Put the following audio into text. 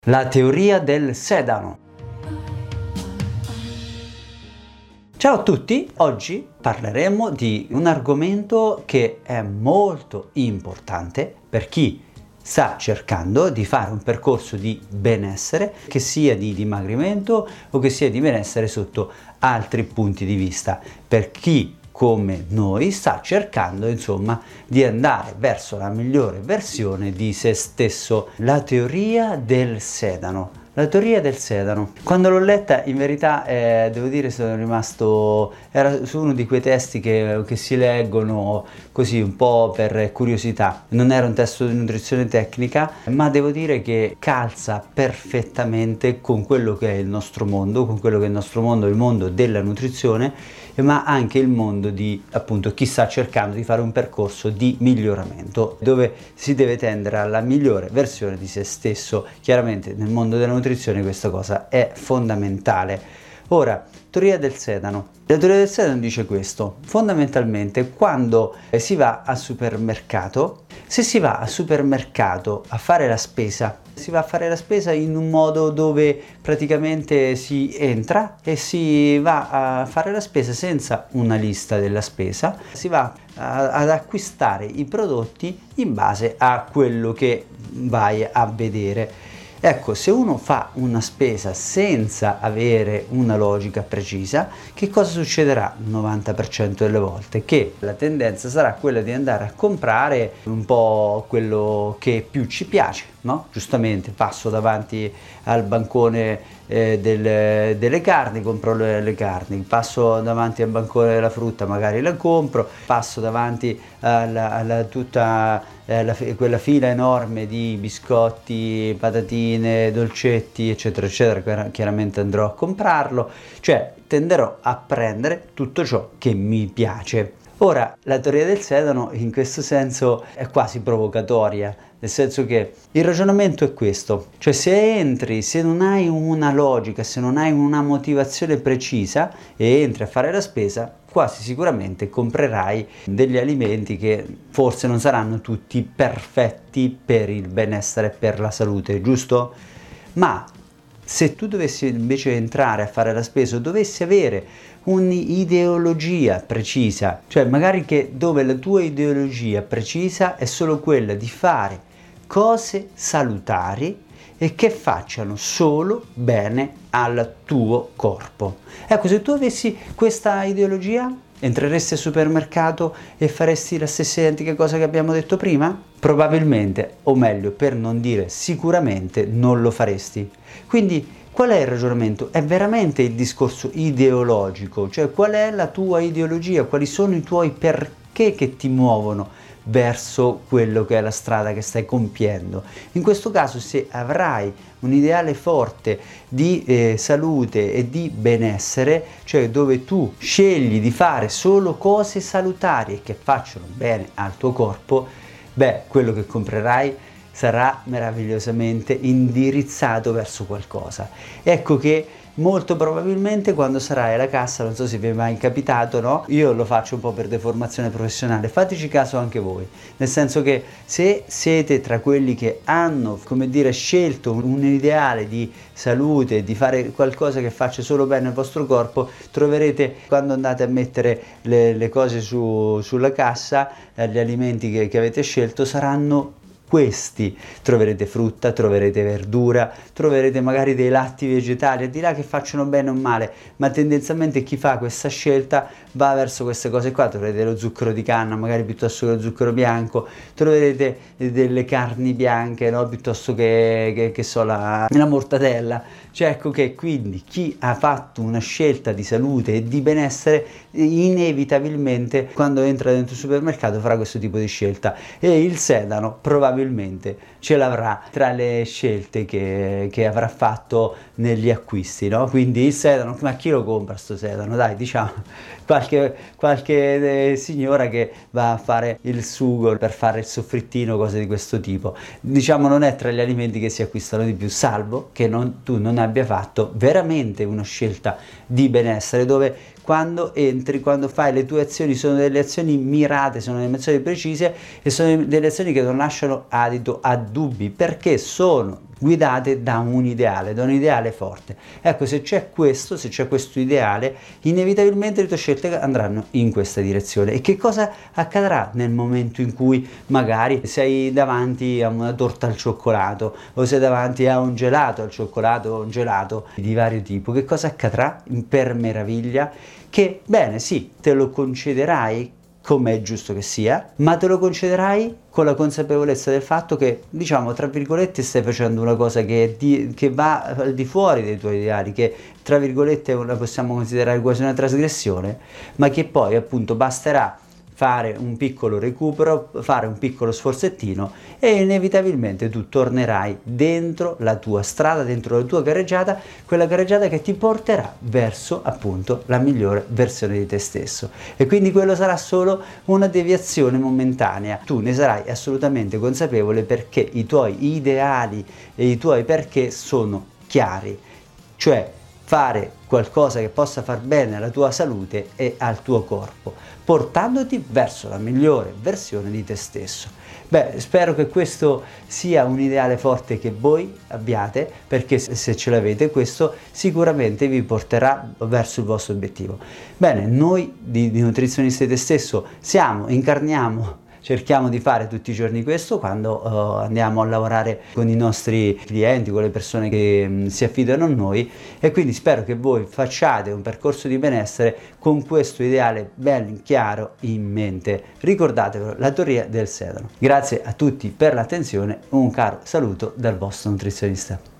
La teoria del sedano. Ciao a tutti, oggi parleremo di un argomento che è molto importante per chi sta cercando di fare un percorso di benessere, che sia di dimagrimento o che sia di benessere sotto altri punti di vista. Per chi come noi sta cercando di andare verso la migliore versione di se stesso. La teoria del sedano. La teoria del sedano. Quando l'ho letta, in verità, devo dire, sono rimasto... Era su uno di quei testi che si leggono così un po' per curiosità. Non era un testo di nutrizione tecnica, ma devo dire che calza perfettamente con quello che è il nostro mondo, il mondo della nutrizione, ma anche il mondo di, appunto, chi sta cercando di fare un percorso di miglioramento, dove si deve tendere alla migliore versione di se stesso. Chiaramente nel mondo della nutrizione questa cosa è fondamentale. Ora, teoria del sedano. La teoria del sedano dice questo: fondamentalmente quando si va al supermercato, se si va al supermercato a fare la spesa, si va a fare la spesa in un modo dove praticamente si entra e si va a fare la spesa senza una lista della spesa, si va ad acquistare i prodotti in base a quello che vai a vedere. Ecco, se uno fa una spesa senza avere una logica precisa, che cosa succederà il 90% delle volte? Che la tendenza sarà quella di andare a comprare un po' quello che più ci piace, no? Giustamente passo davanti al bancone delle carni, compro le carni, passo davanti al bancone della frutta, magari la compro, passo davanti alla tutta quella fila enorme di biscotti, patatine, dolcetti, eccetera eccetera, chiaramente andrò a comprarlo, cioè tenderò a prendere tutto ciò che mi piace. Ora, la teoria del sedano in questo senso è quasi provocatoria, nel senso che il ragionamento è questo: cioè se non hai una logica, se non hai una motivazione precisa e entri a fare la spesa, quasi sicuramente comprerai degli alimenti che forse non saranno tutti perfetti per il benessere e per la salute, giusto? Ma se tu dovessi invece entrare a fare la spesa o dovessi avere un'ideologia precisa, cioè magari dove la tua ideologia precisa è solo quella di fare cose salutari e che facciano solo bene al tuo corpo. Ecco, se tu avessi questa ideologia, entreresti al supermercato e faresti la stessa identica cosa che abbiamo detto prima? Probabilmente, o meglio, per non dire sicuramente, non lo faresti. Quindi, qual è il ragionamento? È veramente il discorso ideologico, cioè qual è la tua ideologia, quali sono i tuoi perché che ti muovono verso quello che è la strada che stai compiendo. In questo caso, se avrai un ideale forte di salute e di benessere, cioè dove tu scegli di fare solo cose salutari e che facciano bene al tuo corpo, quello che comprerai sarà meravigliosamente indirizzato verso qualcosa. Ecco che molto probabilmente quando sarai alla cassa, non so se vi è mai capitato, no? Io lo faccio un po' per deformazione professionale, fateci caso anche voi, nel senso che se siete tra quelli che hanno, scelto un ideale di salute, di fare qualcosa che faccia solo bene al vostro corpo, troverete, quando andate a mettere le cose sulla cassa, gli alimenti che avete scelto saranno questi. Troverete frutta, troverete verdura, troverete magari dei latti vegetali, al di là che facciano bene o male, ma tendenzialmente chi fa questa scelta va verso queste cose qua. Troverete lo zucchero di canna magari piuttosto che lo zucchero bianco, troverete delle carni bianche, no? Piuttosto che la mortadella. Cioè, ecco che quindi chi ha fatto una scelta di salute e di benessere inevitabilmente quando entra dentro il supermercato farà questo tipo di scelta, e il sedano probabilmente ce l'avrà tra le scelte che avrà fatto negli acquisti, no? Quindi il sedano, ma chi lo compra sto sedano? Dai, diciamo qualche signora che va a fare il sugo per fare il soffrittino, cose di questo tipo. Diciamo non è tra gli alimenti che si acquistano di più, salvo che tu non abbia fatto veramente una scelta di benessere, dove quando entri, quando fai le tue azioni, sono delle azioni mirate, sono delle azioni precise e sono delle azioni che non lasciano adito a dubbi, perché sono guidate da un ideale forte. Ecco, se c'è questo ideale, inevitabilmente le tue scelte andranno in questa direzione. E che cosa accadrà nel momento in cui magari sei davanti a una torta al cioccolato o sei davanti a un gelato al cioccolato o un gelato di vario tipo? Che cosa accadrà per meraviglia? Che bene, sì, te lo concederai come è giusto che sia, ma te lo concederai con la consapevolezza del fatto che, diciamo, tra virgolette, stai facendo una cosa che va al di fuori dei tuoi ideali, che tra virgolette la possiamo considerare quasi una trasgressione, ma che poi appunto basterà fare un piccolo recupero, fare un piccolo sforzettino e inevitabilmente tu tornerai dentro la tua strada, dentro la tua carreggiata, quella carreggiata che ti porterà verso appunto la migliore versione di te stesso. E quindi quello sarà solo una deviazione momentanea. Tu ne sarai assolutamente consapevole perché i tuoi ideali e i tuoi perché sono chiari, cioè fare qualcosa che possa far bene alla tua salute e al tuo corpo, portandoti verso la migliore versione di te stesso. Beh, spero che questo sia un ideale forte che voi abbiate, perché se ce l'avete questo sicuramente vi porterà verso il vostro obiettivo. Bene, noi di Nutrizionisti Te Stesso incarniamo, cerchiamo di fare tutti i giorni questo quando andiamo a lavorare con i nostri clienti, con le persone che si affidano a noi, e quindi spero che voi facciate un percorso di benessere con questo ideale ben chiaro in mente. Ricordatevelo, la teoria del sedano. Grazie a tutti per l'attenzione, un caro saluto dal vostro nutrizionista.